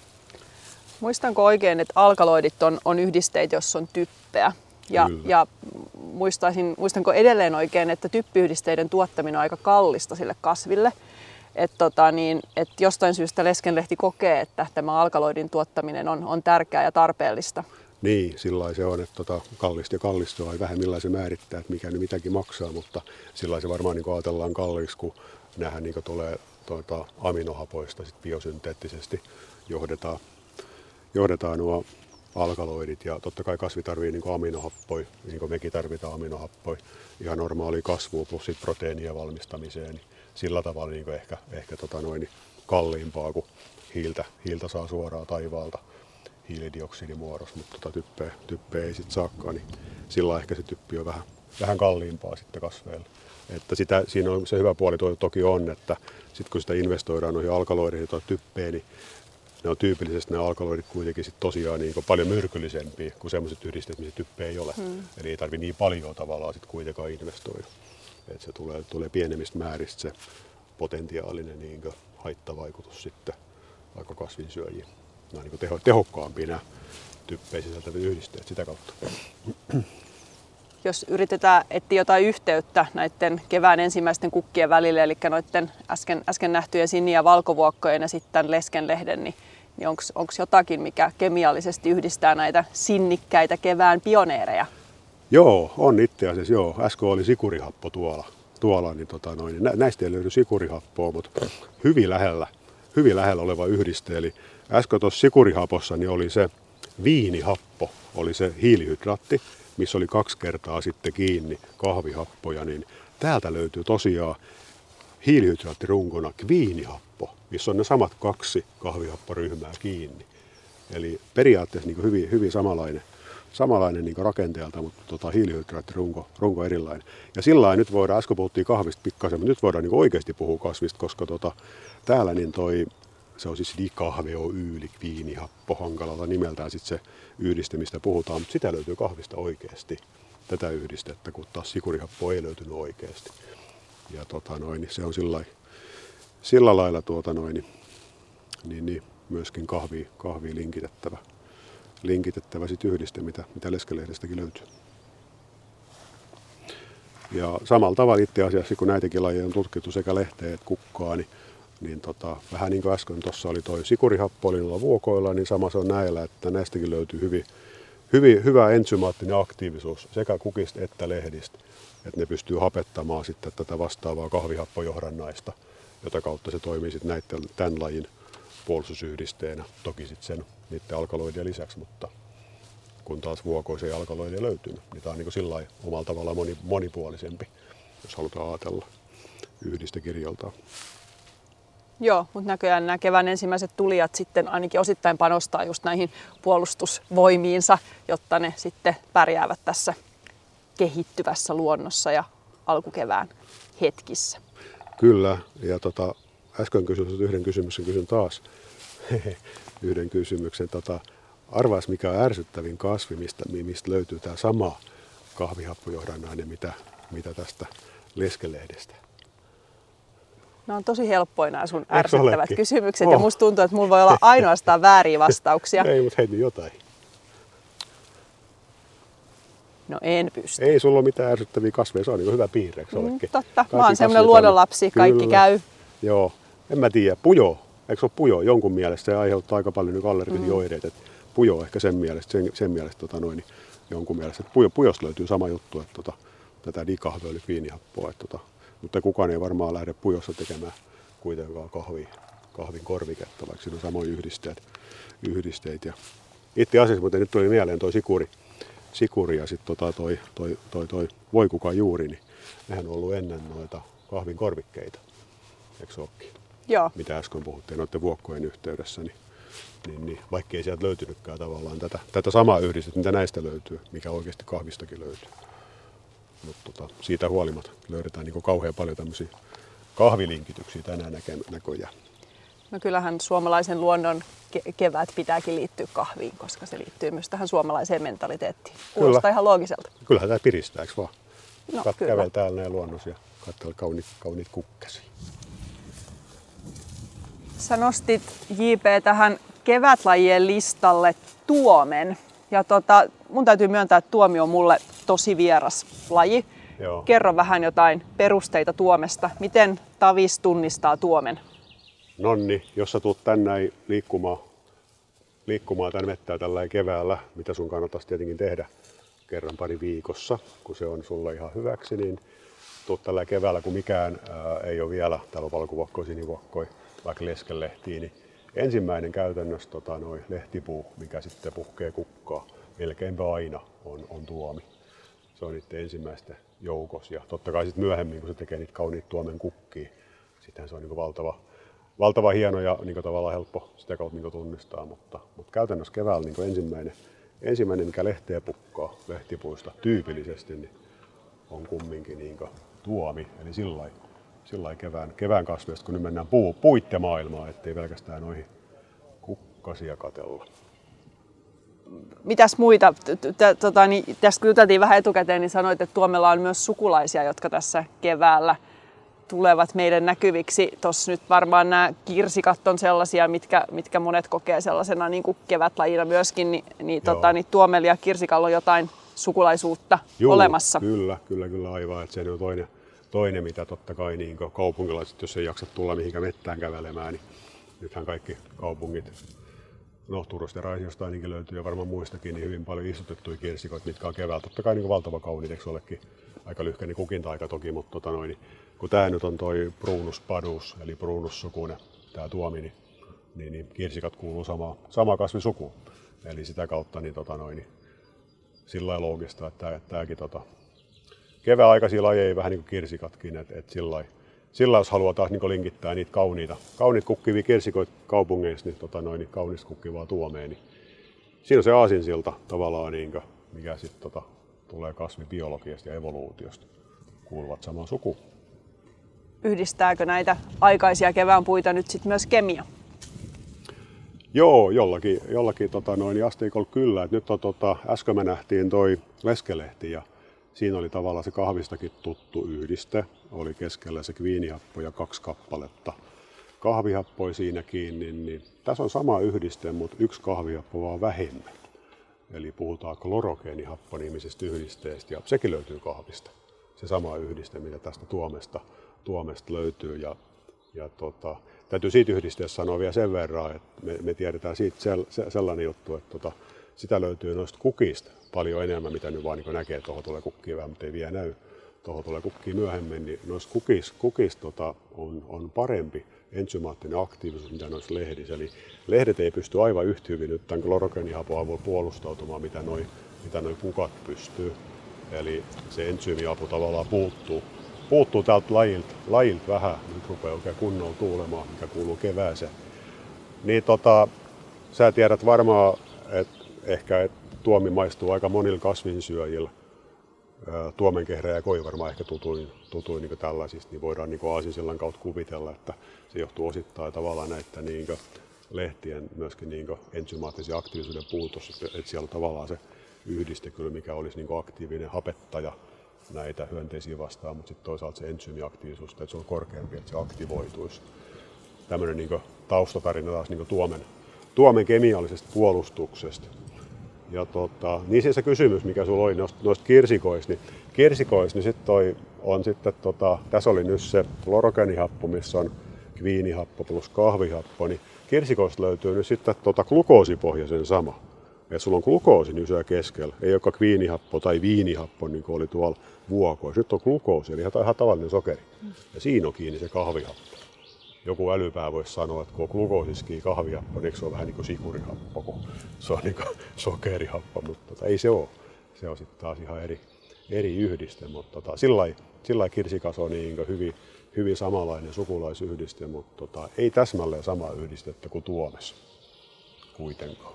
Muistanko oikein, että alkaloidit on, on yhdisteitä, jossa on typpeä? Ja, ja muistaisin, muistanko edelleen oikein, että typpiyhdisteiden tuottaminen on aika kallista sille kasville. Että tota, niin, et jostain syystä leskenlehti kokee, että tämä alkaloidin tuottaminen on, on tärkeää ja tarpeellista. Niin, sillä se on, että tota, kallista ja kallista on vähän millainen se määrittää, että mikä nyt mitäkin maksaa, mutta sillä se varmaan niin ajatellaan kalliiksi, kun näähän niin tulee tuota, aminohapoista sit biosynteettisesti johdetaan, johdetaan nuo alkaloidit ja totta kai kasvi tarvii niin aminohappoja, niin kuin mekin tarvitaan aminohappoja ihan normaalia kasvua plus sit proteiinien valmistamiseen, niin sillä tavalla niin ehkä, ehkä tota noin, kalliimpaa, kun hiiltä, hiiltä saa suoraan taivaalta hiilidioksidimuodossa, mutta tota typpeä, typpeä ei sitten saakaan, niin sillä ehkä se typpi on vähän, vähän kalliimpaa sitten kasveille. Että sitä, siinä on se hyvä puoli toki on, että sitten kun sitä investoidaan noihin alkaloideihin tai typpeen, niin ne on tyypillisesti ne alkaloidit kuitenkin sit tosiaan niin paljon myrkyllisempiä kuin sellaiset yhdisteet, missä typpeä ei ole. Hmm. Eli ei tarvitse niin paljon tavallaan sit kuitenkaan investoida. Et se tulee, tulee pienemmistä määristä se potentiaalinen niin haittavaikutus sitten vaikka kasvinsyöjiin. Nämä on niin teho, tehokkaampia nämä typpejä sisältävät yhdisteet sitä kautta. Jos yritetään etsiä jotain yhteyttä näiden kevään ensimmäisten kukkien välille, eli noiden äsken, äsken nähtyjen sini- ja valkovuokkojen ja sitten leskenlehden, niin, niin onko jotakin, mikä kemiallisesti yhdistää näitä sinnikkäitä kevään pioneereja? Joo, on itse asiassa. Joo. Äsken oli sikurihappo tuolla, tuolla niin tota noin, näistä ei löydy sikurihappoa, mutta hyvin lähellä, hyvin lähellä oleva yhdiste. Eli äsken tuossa sikurihapossa niin oli se viinihappo, oli se hiilihydraatti, missä oli kaksi kertaa sitten kiinni kahvihappoja, niin täältä löytyy tosiaan hiilihydraattirunkona kviinihappo, missä on ne samat kaksi kahvihapporyhmää kiinni. Eli periaatteessa niin hyvin, hyvin samanlainen, samanlainen niin rakenteelta, mutta tota, hiilihydraattirunko runko erilainen. Ja sillä lailla nyt voidaan, äsken puhuttiin kahvista pikkasen, mutta nyt voidaan niin oikeasti puhua kasvista, koska tota, täällä niin toi, se on siis dikahveoyylikviinihappo hankalalla nimeltään sit se yhdiste, mistä puhutaan, mutta sitä löytyy kahvista oikeasti, tätä yhdistettä, kun taas sikurihappo ei löytynyt oikeasti. Ja tota, noin, se on sillä lailla, sillä lailla tuota, noin, niin, niin, myöskin kahviin, kahviin linkitettävä. linkitettävä sit yhdiste, mitä, mitä leskelehdestäkin löytyy. Ja samalla tavalla itse asiassa, kun näitäkin lajeja on tutkittu sekä lehteen että kukkaa, niin, niin tota, vähän niin kuin äsken tuossa oli toi sikurihappo oli noilla vuokoilla, niin sama se on näillä, että näistäkin löytyy hyvin, hyvin, hyvä ensymaattinen aktiivisuus sekä kukista että lehdistä, että ne pystyy hapettamaan sitten tätä vastaavaa kahvihappojohdannaista, jota kautta se toimii sitten näiden, tämän lajin puolustusyhdisteenä, toki sitten sen niiden alkaloidien lisäksi, mutta kun taas vuokoisia alkaloidia löytyy, niin tämä on niin sillä lailla omalla tavallaan moni, monipuolisempi, jos halutaan ajatella yhdistekirjaltaan. Joo, mutta näköjään nämä kevään ensimmäiset tulijat sitten ainakin osittain panostaa just näihin puolustusvoimiinsa, jotta ne sitten pärjäävät tässä kehittyvässä luonnossa ja alkukevään hetkissä. Kyllä, ja tota, äsken kysyin yhden kysymyksen, kysyn taas yhden kysymyksen. Tota, arvaas, mikä on ärsyttävin kasvi, mistä, mistä löytyy tämä sama kahvihappojohdannainen, mitä, mitä tästä leskelehdestä. Nämä on tosi helppoja nämä sun ärsyttävät olekin? kysymykset Oh. Ja musta tuntuu, että mulla voi olla ainoastaan vääriä vastauksia. Ei, mutta heitin jotain. No en pysty. Ei sulla ole mitään ärsyttäviä kasveja, se on niin hyvä piirre, eikö Mm, olekin? totta, Kaikki mä oon semmoinen kasvit on- luonnonlapsi, kaikki Kyllä. käy. Joo, en mä tiedä. Pujo, eikö se ole pujo jonkun mielestä? Se aiheuttaa aika paljon niin allergisia mm. oireita. Et pujo on ehkä sen mielestä, sen, sen mielestä tota noin, jonkun mielestä. Et pujo, pujosta löytyy sama juttu, että tota, tätä dikahveoylykviinihappoa. Tota, mutta kukaan ei varmaan lähde pujossa tekemään kuitenkaan kahvi, kahvin korviketta, vaikka siinä on samoja yhdisteet. yhdisteet. Ja itse asiassa, mutta nyt tuli mieleen toi sikuri, sikuri ja sitten tota toi, toi, toi, toi voikukan juuri, niin nehän on ollut ennen noita kahvin korvikkeita, eikö se olekin? Joo. Mitä äsken puhuttiin noiden vuokkojen yhteydessä, niin, niin, niin vaikka ei sieltä löytynytkään tavallaan tätä, tätä samaa yhdistettä, mitä näistä löytyy, mikä oikeasti kahvistakin löytyy. Mutta tota, siitä huolimatta löydetään niin kauhean paljon tämmöisiä kahvilinkityksiä tänään näke- näköjään. No kyllähän suomalaisen luonnon ke- kevät pitääkin liittyä kahviin, koska se liittyy myös tähän suomalaiseen mentaliteettiin. Kuulostaa Kyllä. ihan loogiselta. Kyllähän tämä piristää, eikö vaan? No, Kat- kyllä. kävel täällä näin luonnossa ja katsella kauniit, kauniit kukkasia. Sä nostit J P tähän kevätlajien listalle tuomen. Ja tota, mun täytyy myöntää, että tuomi on mulle tosi vieras laji. Joo. Kerro vähän jotain perusteita tuomesta. Miten Tavis tunnistaa tuomen? Nonni, jos sä tuut tänne liikkumaan, liikkumaan tänne mettää tällä keväällä, mitä sun kannattaisi tietenkin tehdä kerran pari viikossa, kun se on sulle ihan hyväksi, niin tuut tällä keväällä, kun mikään ää, ei ole vielä, täällä on valkovuokkoja, sinivuokkoja, vaikka leskelehtiä, niin ensimmäinen käytännössä tota, noi lehtipuu, mikä sitten puhkee kukkaa, melkeinpä aina on, on tuomi. Se on niiden ensimmäisten joukossa ja totta kai sitten myöhemmin, kun se tekee niitä kauniita tuomen kukkia, sittenhän se on niin valtava, valtava hieno ja niin tavallaan helppo sitä kautta niin tunnistaa, mutta, mutta käytännössä keväällä niin ensimmäinen, ensimmäinen, mikä lehteä pukkaa lehtipuista tyypillisesti, niin on kumminkin niin tuomi, eli sillä lailla kevään, kevään kasveista, kun nyt mennään puu, puitten maailmaan, ettei pelkästään noihin kukkasia katella. Mitäs muita? Tota, niin, tästä kun juteltiin vähän etukäteen, niin sanoit, että tuomella on myös sukulaisia, jotka tässä keväällä tulevat meidän näkyviksi. Tuossa nyt varmaan nämä kirsikat on sellaisia, mitkä, mitkä monet kokee sellaisena niin kuin kevätlajina myöskin, niin, niin, tota, niin tuomella ja kirsikalla on jotain sukulaisuutta Juu, olemassa. Kyllä, kyllä, kyllä aivan. Että se on toinen, toinen, mitä totta kai niin kaupungilaiset, jos ei jaksa tulla mihinkään mettään kävelemään, niin nythän kaikki kaupungit, no Turusta ja Raisiosta ainakin löytyy ja varmaan muistakin, niin hyvin paljon istutettuja kirsikoita, mitkä on keväällä. Totta kai niin valtava kauniit, eikö olekin aika lyhkäinen kukinta-aika toki, mutta tota noin, kun tämä nyt on toi Prunus padus, eli Prunus-sukunen, tämä tuomi, niin, niin, niin kirsikat kuuluu sama, sama kasvisukuun. Eli sitä kautta niin, tota noin, niin, sillä lailla loogista, että tämäkin tota, kevääaikaisia lajeja vähän niin kuin kirsikatkin, että et sillä lailla, sillä jos haluaa taas niin linkittää niitä kauniita, kauniit kukkivia kirsikoita kaupungeissa, niin, tota noin, niin kaunista kukkivaa tuomeen, niin siinä on se aasinsilta tavallaan niin mikä sitten tota, tulee kasvibiologiasta ja evoluutiosta, kuuluvat samaan sukuun. Yhdistääkö näitä aikaisia kevään puita nyt sitten myös kemia? Joo, jollakin, jollakin tota, noin asteikolla kyllä. Et nyt on, tota, äsken me nähtiin toi leskelehti ja siinä oli tavallaan se kahvistakin tuttu yhdiste. Oli keskellä se kviinihappo ja kaksi kappaletta kahvihappoja siinä kiinni. Niin tässä on sama yhdiste, mutta yksi kahvihappo vaan vähemmän. Eli puhutaan klorogeenihappo-nimisestä yhdisteestä ja sekin löytyy kahvista. Se sama yhdiste, mitä tästä tuomesta, tuomesta löytyy. Ja, ja tota, täytyy siitä yhdisteestä sanoa vielä sen verran, että me, me tiedetään siitä sel, se, sellainen juttu, että tota, sitä löytyy noista kukista paljon enemmän, mitä nyt vaan niin näkee, että tuohon tulee kukkia vähän, mutta ei vielä näy. Tuohon tulee kukkia myöhemmin, niin noissa kukis, kukis tota, on, on parempi ensymaattinen aktiivisuus, mitä noissa lehdissä. Eli lehdet ei pysty aivan yhtä hyvin nyt tämän klorogeenihapon avulla puolustautumaan, mitä noi, mitä noi kukat pystyy. Eli se entsyymiapu tavallaan puuttuu. Puuttuu tältä lajilta, lajilta vähän, nyt rupeaa oikein kunnolla tuulemaan, mikä kuuluu kevääseen. Niin tota, sä tiedät varmaan, että ehkä et tuomi maistuu aika monilla kasvinsyöjillä. Tuomenkehrä ja koi varmaan ehkä tutuin, tutuin niin tällaisista, niin voidaan niin aasinsillan kautta kuvitella, että se johtuu osittain tavallaan näitä niin lehtien myöskin niin ensymaattisen aktiivisuuden puutos, että siellä on tavallaan se yhdiste kyllä, mikä olisi niin aktiivinen hapettaja näitä hyönteisiä vastaan, mutta sitten toisaalta se entsyymiaktiivisuus, että se on korkeampi, että se aktivoituisi. Tämmöinen niin taustatarina taas niin tuomen, tuomen kemiallisesta puolustuksesta. Ja tota, niin se kysymys, mikä sulla oli noista, noista kirsikoista, niin kirsikoissa niin sit toi on sitten, tota, tässä oli nyt se klorogeenihappo, missä on kviinihappo plus kahvihappo, niin kirsikoista löytyy nyt sitten tota glukoosipohjaisen sama. Ja sulla on glukoosi niin syö keskellä, ei joka kviinihappo tai viinihappo, niin kuin oli tuolla vuokoissa. Nyt on glukoosi, eli ihan tavallinen sokeri. Ja siinä on kiinni se kahvihappo. Joku älypää voisi sanoa, että kun on glukoosiskin kahvihappo, niin se on vähän niin kuin sikurihappo, kun se on niin kuin sokerihappo, mutta tota, ei se ole. Se on sitten taas ihan eri, eri yhdiste, mutta tota, sillä lailla kirsikas on niin hyvin, hyvin samanlainen sukulaisyhdiste, mutta tota, ei täsmälleen samaa yhdistettä kuin tuomessa kuitenkaan.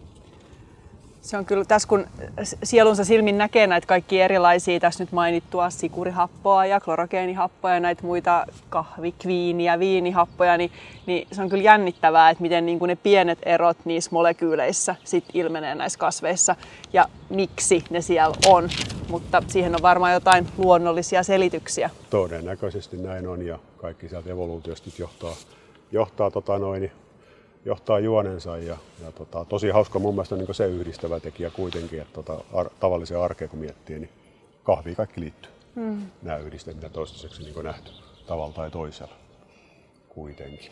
Se on kyllä tässä, kun sielunsa silmin näkee näitä kaikkia erilaisia, tässä nyt mainittua sikurihappoa ja klorogeenihappoa ja näitä muita kahvi-, kviini- ja viinihappoja, niin, niin se on kyllä jännittävää, että miten niin kuin ne pienet erot niissä molekyyleissä sit ilmenee näissä kasveissa ja miksi ne siellä on. Mutta siihen on varmaan jotain luonnollisia selityksiä. Todennäköisesti näin on ja kaikki sieltä evoluutiosta johtaa, johtaa tota noin, johtaa juonensa ja, ja tota, tosi hauska mun mielestä niin se yhdistävä tekijä kuitenkin, että tota, ar, tavalliseen arkeen kun miettii, niin kahviin kaikki liittyy. Mm. Nämä yhdisteet, mitä toistaiseksi niin nähty tavalla tai toisella kuitenkin.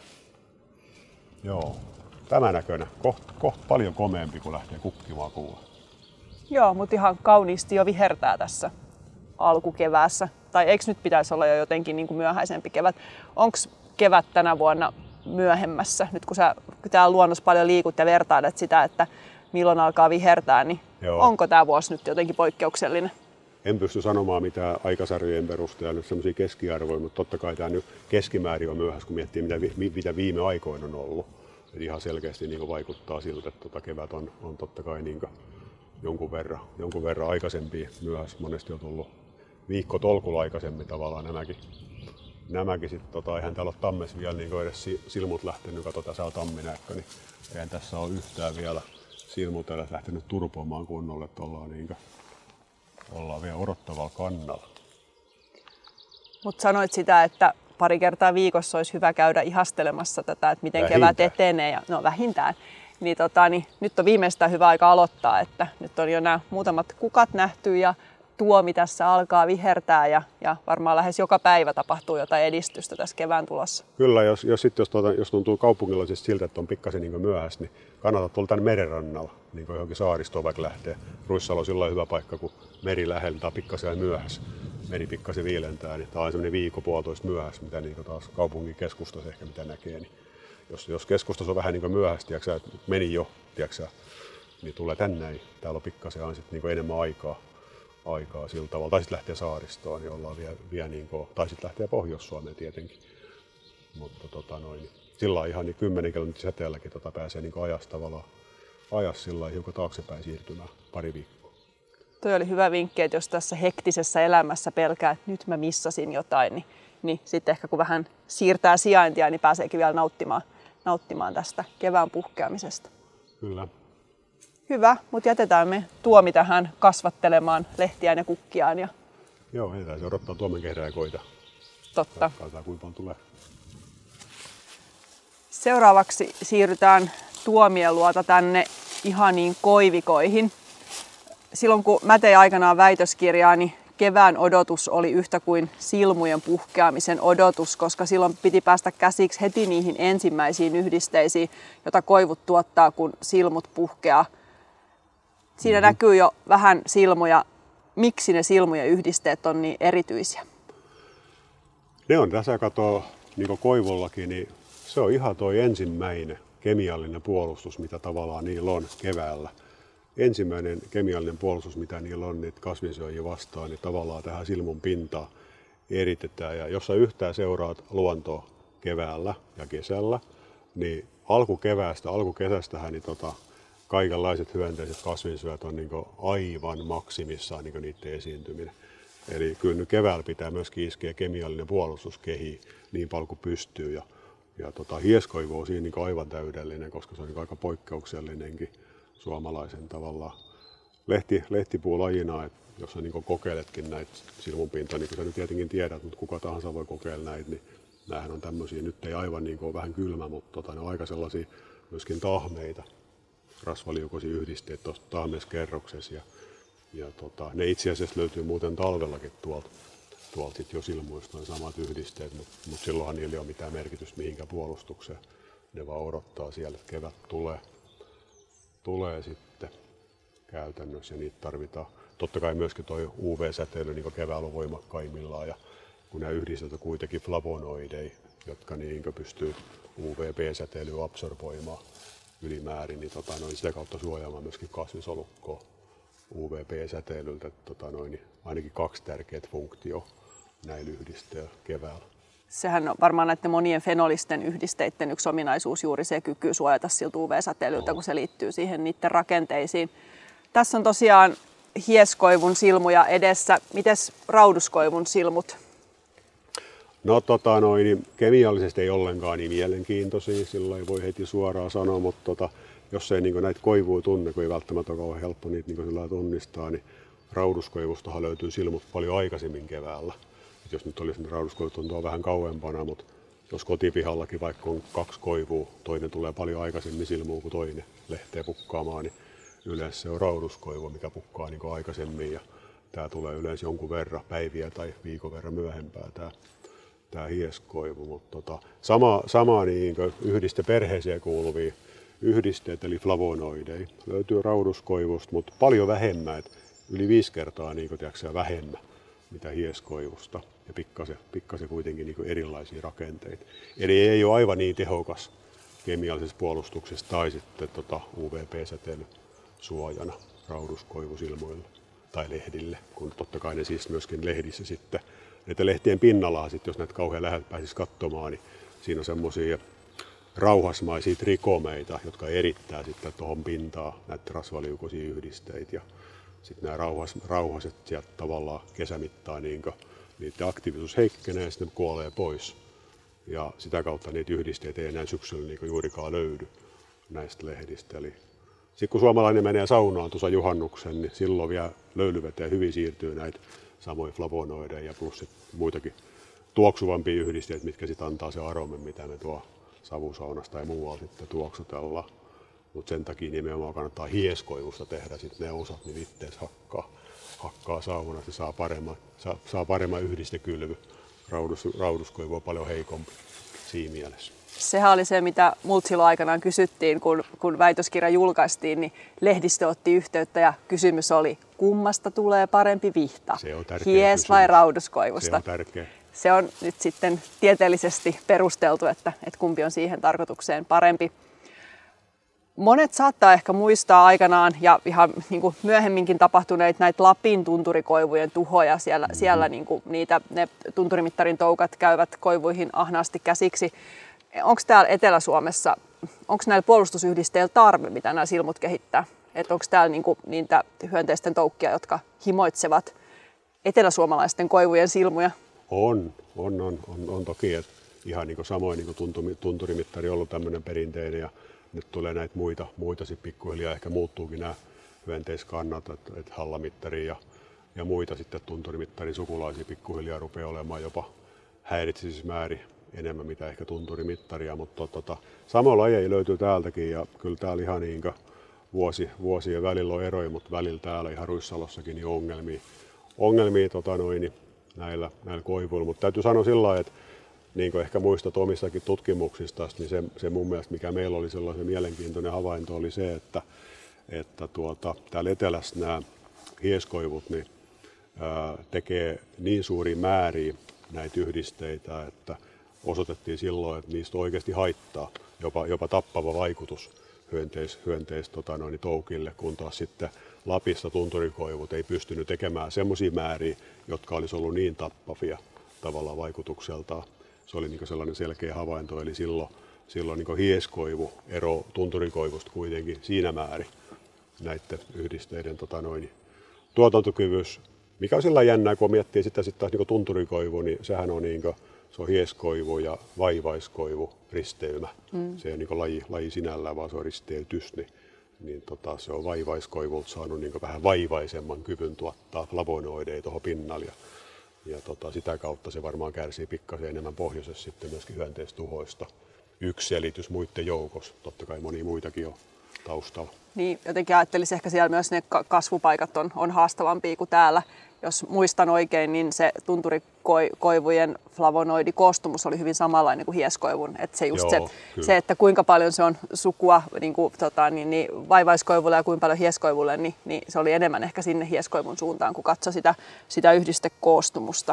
Joo, tämä näköinen, koht, koht paljon komeampi kun lähtee kukkimaan kuulla. Joo, mutta ihan kauniisti jo vihertää tässä alkukeväässä. Tai eikö nyt pitäisi olla jo jotenkin niin kuin myöhäisempi kevät? Onko kevät tänä vuonna myöhemmässä, nyt kun sä täällä luonnossa paljon liikut ja vertailet sitä, että milloin alkaa vihertää, niin Joo. Onko tämä vuosi nyt jotenkin poikkeuksellinen? En pysty sanomaan mitään aikasarjojen perusteella nyt sellaisia keskiarvoja, mutta totta kai tämä nyt keskimäärin on myöhässä, kun miettii mitä, mitä viime aikoina on ollut. Eli ihan selkeästi niin vaikuttaa siltä, että tota kevät on, on totta kai niin jonkun, verran, jonkun verran aikaisempi myöhässä. Monesti on tullut viikko tolkulla aikaisemmin tavallaan nämäkin. Nämäkin sitten, tota, eihän täällä ole tammessa vielä niin edes silmut lähtenyt, kato tässä on tamminäkkö, niin eihän tässä ole yhtään vielä silmut edes lähtenyt turpoamaan kunnolle, että ollaan, niin kuin, ollaan vielä odottavalla kannalla. Mutta sanoit sitä, että pari kertaa viikossa olisi hyvä käydä ihastelemassa tätä, että miten vähintään. Kevät etenee, ja, no vähintään. Niin, tota, niin, nyt on viimeistään hyvä aika aloittaa, että nyt on jo nämä muutamat kukat nähty ja tuomi tässä alkaa vihertää ja, ja varmaan lähes joka päivä tapahtuu jotain edistystä tässä kevään tulossa. Kyllä, jos, jos, sit, jos, tuota, jos tuntuu kaupungilaisista siltä, että on pikkasen niin myöhässä, niin kannattaa tulla tänne merenrannalla, niin johonkin saaristoon vaikka lähtee. Ruissalo on sillä hyvä paikka, kun meri lähellä tai pikkasen myöhässä. Meri pikkasen viilentää, niin tämä on semmoinen viikko puolitoista myöhässä, mitä niin taas kaupungin keskustassa ehkä mitä näkee. Niin jos, jos keskustassa on vähän niin myöhässä, tiiäksä, että meni jo, tiiäksä, niin tulee tänne, niin täällä on pikkasen on sit niin enemmän aikaa. aikaa sillä tavalla. Tai sitten lähtee saaristoon, niin ollaan vielä, vielä niin kuin, tai sitten lähtee Pohjois-Suomeen tietenkin. Mutta tota noin, sillä ihan niin kymmenen kilometrin säteelläkin tota pääsee niin ajassa tavallaan ajassa sillä hiukan taaksepäin siirtymään pari viikkoa. Toi oli hyvä vinkki, että jos tässä hektisessä elämässä pelkää, että nyt mä missasin jotain, niin, niin sitten ehkä kun vähän siirtää sijaintia, niin pääseekin vielä nauttimaan, nauttimaan tästä kevään puhkeamisesta. Kyllä. Hyvä, mutta jätetään me Tuomi tähän kasvattelemaan lehtiään ja kukkiaan. Ja... Joo, ei taisi odottaa Tuomen kehrääkoita. Totta. Katsotaan kuinka paljon tulee. Seuraavaksi siirrytään Tuomien luota tänne ihaniin koivikoihin. Silloin kun mä tein aikanaan väitöskirjaa, niin kevään odotus oli yhtä kuin silmujen puhkeamisen odotus, koska silloin piti päästä käsiksi heti niihin ensimmäisiin yhdisteisiin, joita koivut tuottaa, kun silmut puhkeaa. Siinä mm-hmm. näkyy jo vähän silmuja. Miksi ne silmujen yhdisteet on niin erityisiä? Ne on tässä, kato, niin kuin koivullakin, niin se on ihan toi ensimmäinen kemiallinen puolustus, mitä tavallaan niillä on keväällä. Ensimmäinen kemiallinen puolustus, mitä niillä on niitä kasvinsyöjiä vastaan, niin tavallaan tähän silmun pintaan eritetään. Ja jos sä yhtään seuraat luontoa keväällä ja kesällä, niin alkukeväästä, alkukesästähän niin tota, kaikenlaiset hyönteiset kasvinsyöt on niin aivan maksimissaan niin niiden esiintyminen. Eli kyllä nyt keväällä pitää myöskin iskeä kemiallinen puolustus kehiin niin paljon kuin pystyy. Ja, ja tota, hieskoivu on siinä niin aivan täydellinen, koska se on niin aika poikkeuksellinenkin suomalaisen tavallaan lehti, lehtipuulajina. Et jos sä niin kokeiletkin näitä silmunpintoja, niin kuin sä nyt tietenkin tiedät, mutta kuka tahansa voi kokeilla näitä, niin näähän on tämmöisiä, nyt ei aivan niin kuin, vähän kylmä, mutta tota, ne on aika sellaisia myöskin tahmeita, rasvaliukoisia yhdisteet tuossa tahmeiskerroksessa. Ja, ja tota, ne itse asiassa löytyy muuten talvellakin tuolta, tuolta sit jo silmuista, noin samat yhdisteet, mutta mut silloinhan niillä ei ole mitään merkitystä mihinkään puolustukseen. Ne vaan odottaa siellä, että kevät tulee, tulee sitten käytännössä ja niitä tarvitaan. Totta kai myöskin tuo U V-säteily niin keväällä on voimakkaimmillaan ja kun nämä yhdisteet on kuitenkin flavonoideja, jotka niin pystyy U V B-säteilyä absorboimaan ylimäärin, niin, tota, noin, sitä kautta suojaamaan myöskin kasvinsolukkoa U V B-säteilyltä. Tota, noin, niin ainakin kaksi tärkeää funktioa näillä yhdisteillä keväällä. Sehän on varmaan näiden monien fenolisten yhdisteiden yksi ominaisuus, juuri se kyky suojata siltä U V-säteilyltä, no. kun se liittyy siihen niiden rakenteisiin. Tässä on tosiaan hieskoivun silmuja edessä. Mites rauduskoivun silmut? No tota, noin, kemiallisesti ei ollenkaan niin mielenkiintoisia, sillä ei voi heti suoraan sanoa, mutta tota, jos ei niin näitä koivuja tunne, kun ei välttämättä ole kauhean helppo niitä niin sillä tunnistaa, niin rauduskoivustahan löytyy silmut paljon aikaisemmin keväällä. Et jos nyt olisi, niin rauduskoivu tuntuu vähän kauempana, mutta jos kotipihallakin vaikka on kaksi koivua, toinen tulee paljon aikaisemmin silmuun kuin toinen lähtee pukkaamaan, niin yleensä se on rauduskoivu, mikä pukkaa niin aikaisemmin ja tämä tulee yleensä jonkun verran päiviä tai viikon verran myöhempää tämä, tämä hieskoivu. Mutta tota, sama, sama niin yhdisteperheeseen kuuluvia yhdisteet eli flavonoideja löytyy rauduskoivusta, mutta paljon vähemmän, et yli viisi kertaa niin kuin, tiedätkö, vähemmän mitä hieskoivusta ja pikkasen, pikkasen kuitenkin niin kuin erilaisia rakenteita. Eli ei ole aivan niin tehokas kemiallisessa puolustuksessa tai sitten tota U V B-säteily suojana rauduskoivusilmoille tai lehdille, kun totta kai ne siis myöskin lehdissä sitten, näitä lehtien pinnalla, sit, jos näitä kauhean läheltä pääsisi katsomaan, niin siinä on semmoisia rauhasmaisia trikomeita, jotka erittää sitten tuohon pintaan näitä rasvaliukoisia yhdisteitä ja sitten nämä rauhas, rauhaset sieltä tavallaan kesämittaan, niin niiden aktiivisuus heikkenee ja sitten ne kuolee pois. Ja sitä kautta niitä yhdisteitä ei enää syksyllä niin juurikaan löydy näistä lehdistä. Eli sitten kun suomalainen menee saunaan tuossa juhannuksen, niin silloin vielä löylyveteen hyvin siirtyy näitä samoja flavonoideja ja plus muitakin tuoksuvampia yhdisteitä, mitkä sitten antaa se aromen, mitä me tuo savusaunasta tai muualla sitten tuoksutellaan. Mutta sen takia nimenomaan kannattaa hieskoivusta tehdä sit ne osat, niin ittees hakkaa, hakkaa saunassa ja saa paremman, saa, saa paremman yhdistekylvy. Raudus, rauduskoivu on paljon heikompi siinä mielessä. Sehän oli se, mitä multa silloin aikanaan kysyttiin, kun, kun väitöskirja julkaistiin, niin lehdistö otti yhteyttä ja kysymys oli, kummasta tulee parempi vihta, se on tärkeä hies kysymys. Vai rauduskoivusta? Se on tärkeä. Se on nyt sitten tieteellisesti perusteltu, että, että kumpi on siihen tarkoitukseen parempi. Monet saattaa ehkä muistaa aikanaan ja ihan niin kuin myöhemminkin tapahtuneita näitä Lapin tunturikoivujen tuhoja. Siellä, mm-hmm. siellä niin kuin niitä, ne tunturimittarin toukat käyvät koivuihin ahnaasti käsiksi. Onko täällä Etelä-Suomessa, onko näillä puolustusyhdisteillä tarve, mitä nämä silmut kehittää Että onko täällä niinku niitä hyönteisten toukkia, jotka himoitsevat eteläsuomalaisten koivujen silmuja? On, on, on, on, on toki. Et ihan niin kuin samoin niin kuin tunturimittari on ollut tämmöinen perinteinen ja nyt tulee näitä muita, muita sitten pikkuhiljaa. Ehkä muuttuukin nämä hyönteiskannat, että et hallamittari ja, ja muita sitten tunturimittarin sukulaisia pikkuhiljaa rupeaa olemaan jopa häiritsismäärin enemmän mitä ehkä tunturimittaria, mutta tota, samoja lajeja löytyy täältäkin ja kyllä täällä ihan niin vuosi, vuosien välillä on eroja, mutta välillä täällä ihan Ruissalossakin niin ongelmia, ongelmia tota noin, näillä, näillä koivuilla, mutta täytyy sanoa sillä lailla, että niin kuin ehkä muistat omissakin tutkimuksista, niin se, se mun mielestä mikä meillä oli sellainen mielenkiintoinen havainto oli se, että, että tuota, täällä etelässä nämä hieskoivut niin, ää, tekee niin suuria määriä näitä yhdisteitä, että osoitettiin silloin, että niistä on oikeasti haittaa, jopa, jopa tappava vaikutus hyönteis, hyönteis tota noin, toukille, kun taas sitten Lapissa tunturikoivut ei pystynyt tekemään semmoisia määriä, jotka olisi ollut niin tappavia tavallaan vaikutukseltaan. Se oli niin sellainen selkeä havainto, eli silloin, silloin niin hieskoivu ero tunturikoivusta kuitenkin siinä määrin näiden yhdisteiden tota noin, tuotantokyvyys. Mikä on sillä jännää, kun miettii sitä sitten taas niin tunturikoivu, niin sehän on, niin kuin, se on hieskoivu ja vaivaiskoivu risteymä. Mm. Se ei ole niin laji, laji sinällään, vaan se on risteytys. Niin, niin tota, se on vaivaiskoivulta saanut niin vähän vaivaisemman kyvyn tuottaa flavonoideja tuohon pinnalle. Ja, ja tota, sitä kautta se varmaan kärsii pikkasen enemmän pohjoisessa sitten myöskin hyönteistuhoista. Yksi selitys muiden joukossa. Totta kai monia muitakin on taustalla. Niin, jotenkin ajattelisin ehkä siellä myös ne kasvupaikat on, on haastavampia kuin täällä. Jos muistan oikein, niin se tunturikoivujen flavonoidikoostumus oli hyvin samanlainen kuin hieskoivun. Että se just Joo, se, se, että kuinka paljon se on sukua niin kuin, tota, niin, niin vaivaiskoivulle ja kuinka paljon hieskoivulle, niin, niin se oli enemmän ehkä sinne hieskoivun suuntaan, kun katsoi sitä, sitä yhdistekoostumusta.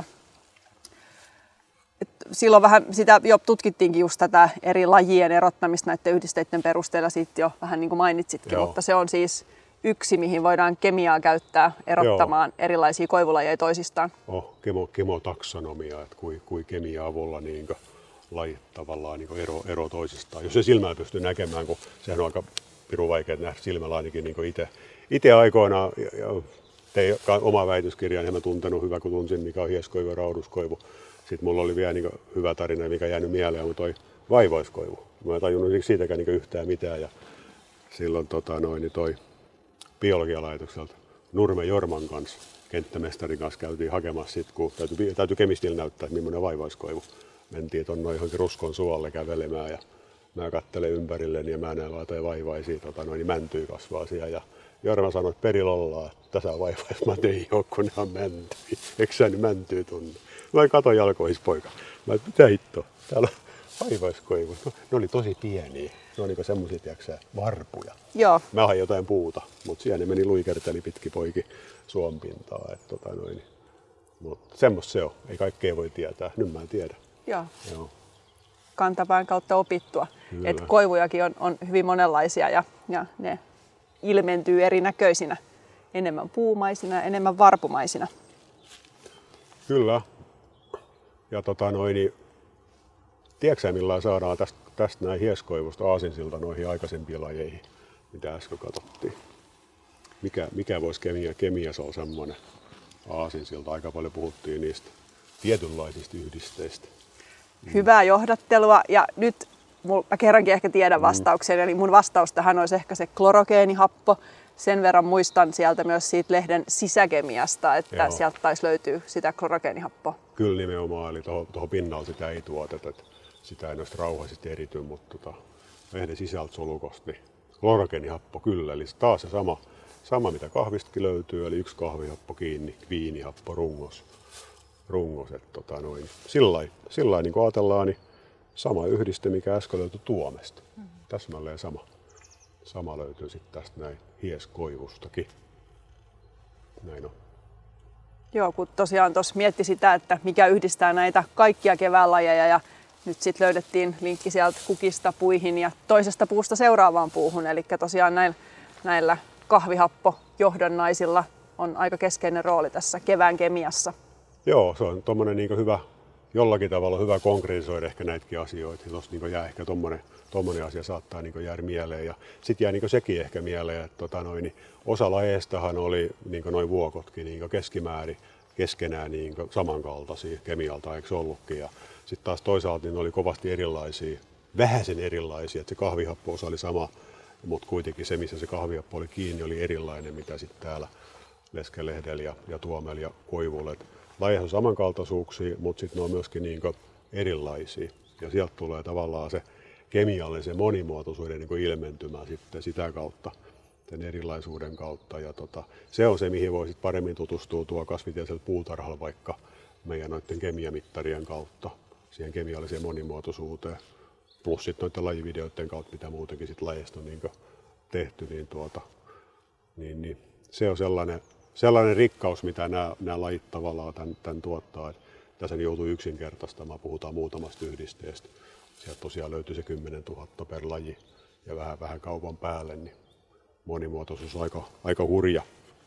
Silloin vähän sitä jo tutkittiinkin just tätä eri lajien erottamista näiden yhdisteiden perusteella, siitä jo vähän niin kuin mainitsitkin, Joo. mutta se on siis yksi, mihin voidaan kemiaa käyttää erottamaan Joo. erilaisia koivulajeja toisistaan. Oh, kemo, kemotaksonomia, että kui, kui kemia avulla niin lajit tavallaan niin ero, ero toisistaan. Jos se silmällä pystyy näkemään, kun sehän on aika pirun vaikea nähdä silmällä ainakin niin itse. Itse aikoinaan, ja, ja tein oma väitöskirja, en mä tuntenut hyvä, kun tunsin, mikä on hieskoivu ja rauduskoivu. Sitten mulla oli vielä niin hyvä tarina, mikä jäänyt mieleen, mutta toi vaivaiskoivu. Mä en tajunnut siitäkään niin yhtään mitään. Ja silloin tota, noin, niin toi biologialaitokselta Nurme Jorman kanssa, kenttämestarin kanssa käytiin hakemassa, sit, kun täytyy, täytyy kemistillä näyttää, että millainen vaivaiskoivu. Mentiin tuonne johonkin ruskon suolle kävelemään ja mä katselen ympärilleni ja mä näen laitoja vaivaisia, tota, noin, niin mäntyy kasvaa siellä. Ja Jorma sanoi, että perillä ollaan, että tässä on vaivais. Mä tein ole, kun ne on mäntyy. Eikö sä niin mäntyy tunne? Mä katon jalkoihis poika. Mä et, mitä hittoa? Täällä on vaivaiskoivu. No, ne oli tosi pieniä. Ne on niinku semmosia, tiiäksä, varpuja. Joo. Mä hain jotain puuta, mutta siellä ne meni luikerteli pitki poiki suonpintaa. Et, tota, noin. Mut semmoista se on. Ei kaikkea voi tietää. Nyt mä en tiedä. Joo. Joo. Kantapään kautta opittua. Et koivujakin on, on hyvin monenlaisia ja, ja ne ilmentyy erinäköisinä. Enemmän puumaisina ja enemmän varpumaisina. Kyllä. Ja tota noin, niin, tiedätkö millä saadaan tästä, tästä näin hieskoivusta aasinsilta noihin aikaisempiin lajeihin, mitä äsken katsottiin? Mikä, mikä voisi kemia, kemiassa olla semmoinen aasinsilta? Aika paljon puhuttiin niistä tietynlaisista yhdisteistä. Hyvää johdattelua ja nyt mä kerrankin ehkä tiedän vastauksen, mm. eli mun vastaus tähän olisi ehkä se klorogeenihappo. Sen verran muistan sieltä myös siitä lehden sisäkemiasta, että Joo. sieltä taisi löytyä sitä klorogeenihappoa. Kyllä nimenomaan, eli tuohon pinnalle sitä ei tuoteta, että sitä ei noista rauhaisesti erity, mutta tota, lehden sisältä solukosta, niin klorogeenihappo kyllä, eli taas se sama, sama mitä kahvistakin löytyy, eli yksi kahvihappo kiinni, viinihappo rungos. rungos että tota noin. Sillä lailla niin kun ajatellaan, niin sama yhdiste, mikä äsken löytyi tuomesta, mm-hmm. täsmälleen sama. Sama löytyy sitten tästä näin hieskoivustakin. Näin on. Joo, kun tosiaan tuossa mietti sitä, että mikä yhdistää näitä kaikkia keväänlajeja ja nyt sitten löydettiin linkki sieltä kukista puihin ja toisesta puusta seuraavaan puuhun. Eli tosiaan näillä, näillä kahvihappojohdonnaisilla on aika keskeinen rooli tässä kevään kemiassa. Joo, se on tuommoinen niin hyvä jollakin tavalla hyvä konkretisoida ehkä näitäkin asioita. Tuossa niin jää ehkä tuommoinen asia saattaa niin jäädä mieleen. Ja sitten jää niin sekin ehkä mieleen, että tota noin, niin osa lajeistahan oli niin noin vuokotkin niin keskimäärin keskenään niin samankaltaisia kemialta, eikö se ollutkin? Ja sitten taas toisaalta niin oli kovasti erilaisia, vähäisen erilaisia, että se kahvihappo-osa oli sama, mutta kuitenkin se, missä se kahvihappo oli kiinni, oli erilainen, mitä sitten täällä Leskelehdellä ja, ja Tuomella ja Koivulla. Lajeissa on samankaltaisuuksia, mutta sitten ne on myöskin niin erilaisia. Ja sieltä tulee tavallaan se kemiallisen monimuotoisuuden niin ilmentymä sitten sitä kautta, sen erilaisuuden kautta. Ja tota, se on se, mihin voi sit paremmin tutustua tuo kasvitieteellisellä puutarhalla vaikka meidän noiden kemiamittarien kautta, siihen kemialliseen monimuotoisuuteen. Plus sitten noiden lajivideoiden kautta, mitä muutenkin sit lajeista on niin tehty, niin, tuota, niin, niin se on sellainen, sellainen rikkaus, mitä nämä, nämä lajit tavallaan tämän, tämän tuottaa. Et tässä joutuu yksinkertaistamaan, puhutaan muutamasta yhdisteestä. Sieltä tosiaan löytyy se kymmenen tuhatta per laji ja vähän, vähän kaupan päälle, niin monimuotoisuus on aika, aika hurja.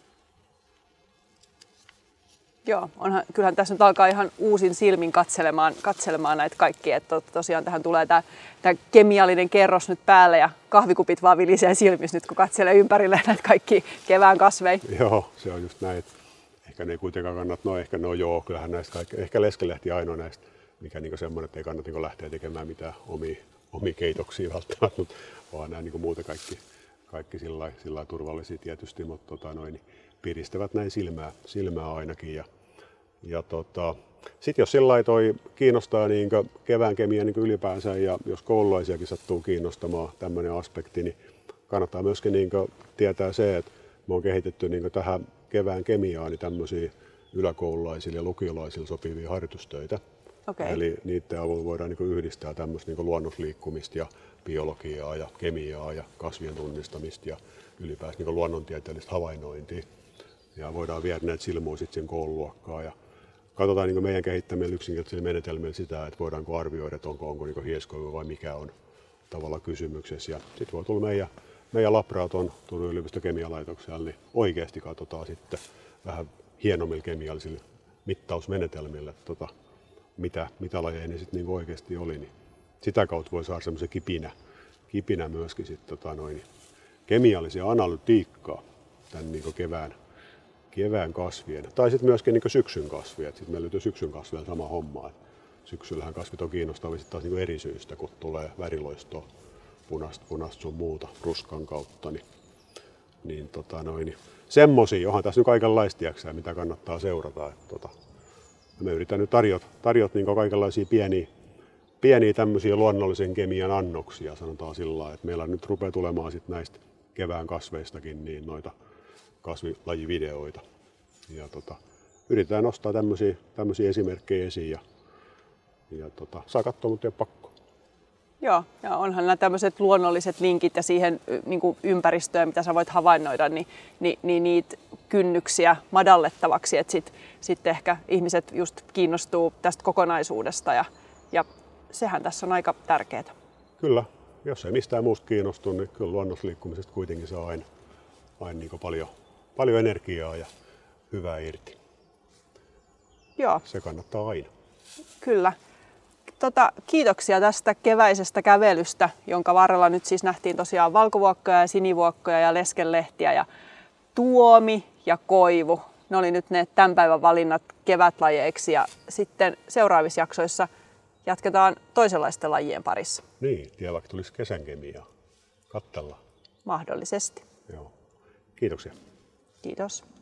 Joo, onhan, kyllähän tässä nyt alkaa ihan uusin silmin katselemaan, katselemaan näitä kaikkia. Että tosiaan tähän tulee tämä, tämä kemiallinen kerros nyt päälle ja kahvikupit vaan vilisee silmissä nyt, kun katselee ympärille näitä kaikki kevään kasveja. Joo, se on just näin. Ehkä ne ei kuitenkaan kannata, no ehkä no joo, kyllähän näistä kaikki, ehkä Leskelehti ainoa näistä, mikä niinku semmoinen, että ei kannata niinku lähteä tekemään mitään omia, omia keitoksia välttämättä, mutta vaan nämä niinku muuta kaikki, kaikki sillä lailla turvallisia tietysti, mutta tota noin, niin piristävät näin silmää, silmää ainakin. Ja, ja tota, sitten jos sillä toi kiinnostaa niin kevään kemia niin ylipäänsä ja jos koululaisiakin sattuu kiinnostamaan tämmöinen aspekti, niin kannattaa myöskin niin tietää se, että me on kehitetty niin tähän kevään kemiaan niin tämmöisiä yläkoululaisille ja lukiolaisille sopivia harjoitustöitä. Okay. Eli niiden avulla voidaan niin yhdistää tämmöistä niin luonnosliikkumista ja biologiaa ja kemiaa ja kasvien tunnistamista ja ylipäänsä niin luonnontieteellistä havainnointia. Ja voidaan viedä näitä silmuja sitten sen koululuokkaan. Ja katsotaan niin meidän kehittämillä yksinkertaisilla menetelmillä sitä, että voidaanko arvioida, että onko, onko niin hieskoivu vai mikä on tavallaan kysymyksessä. Ja sitten voi tulla meidän, meidän labraat on Turun yliopiston kemialaitoksella, niin oikeasti katsotaan sitten vähän hienommilla kemiallisilla mittausmenetelmillä, että tota, mitä, mitä lajeja ne sitten niin oikeasti oli. Niin sitä kautta voi saada semmoisen kipinä, kipinä myöskin sitten tota noin, kemiallisia analytiikkaa tämän niin kevään, kevään kasvien. Tai sitten myöskin niin syksyn kasvia. Sitten meillä löytyy syksyn kasvia sama homma. Syksyllähän kasvit on kiinnostavia taas niin eri syistä, kun tulee väriloistoa, punaista, punaista sun muuta ruskan kautta. Niin, niin, tota noin, niin semmosia, onhan tässä nyt kaikenlaista tiiäksää, mitä kannattaa seurata. Et, tota, me yritän nyt tarjota, tarjota niin kaikenlaisia pieniä, pieniä tämmöisiä luonnollisen kemian annoksia, sanotaan sillä lailla, että meillä nyt rupeaa tulemaan sit näistä kevään kasveistakin niin noita kasvilajivideoita. Ja tota, yritetään nostaa tämmöisiä, tämmöisiä esimerkkejä esiin ja, ja tota, saa katsoa, mutta ei ole pakko. Joo, ja onhan nämä tämmöiset luonnolliset linkit ja siihen niin kuin ympäristöön, mitä sä voit havainnoida, niin, niin, niin niitä kynnyksiä madallettavaksi, että sitten sit ehkä ihmiset just kiinnostuu tästä kokonaisuudesta ja, ja sehän tässä on aika tärkeää. Kyllä, jos ei mistään muusta kiinnostu, niin kyllä luonnosliikkumisesta kuitenkin saa aina, aina niin paljon, paljon energiaa ja hyvää irti. Joo. Se kannattaa aina. Kyllä. Tota, kiitoksia tästä keväisestä kävelystä, jonka varrella nyt siis nähtiin tosiaan valkovuokkoja ja sinivuokkoja ja leskelehtiä ja tuomi ja koivu. Ne oli nyt ne tämän päivän valinnat kevätlajeiksi ja sitten seuraavissa jaksoissa jatketaan toisenlaisten lajien parissa. Niin, tiedä vaikka tulisi kesän kemiaa. Katsellaan. Mahdollisesti. Joo. Kiitoksia. Kiitos.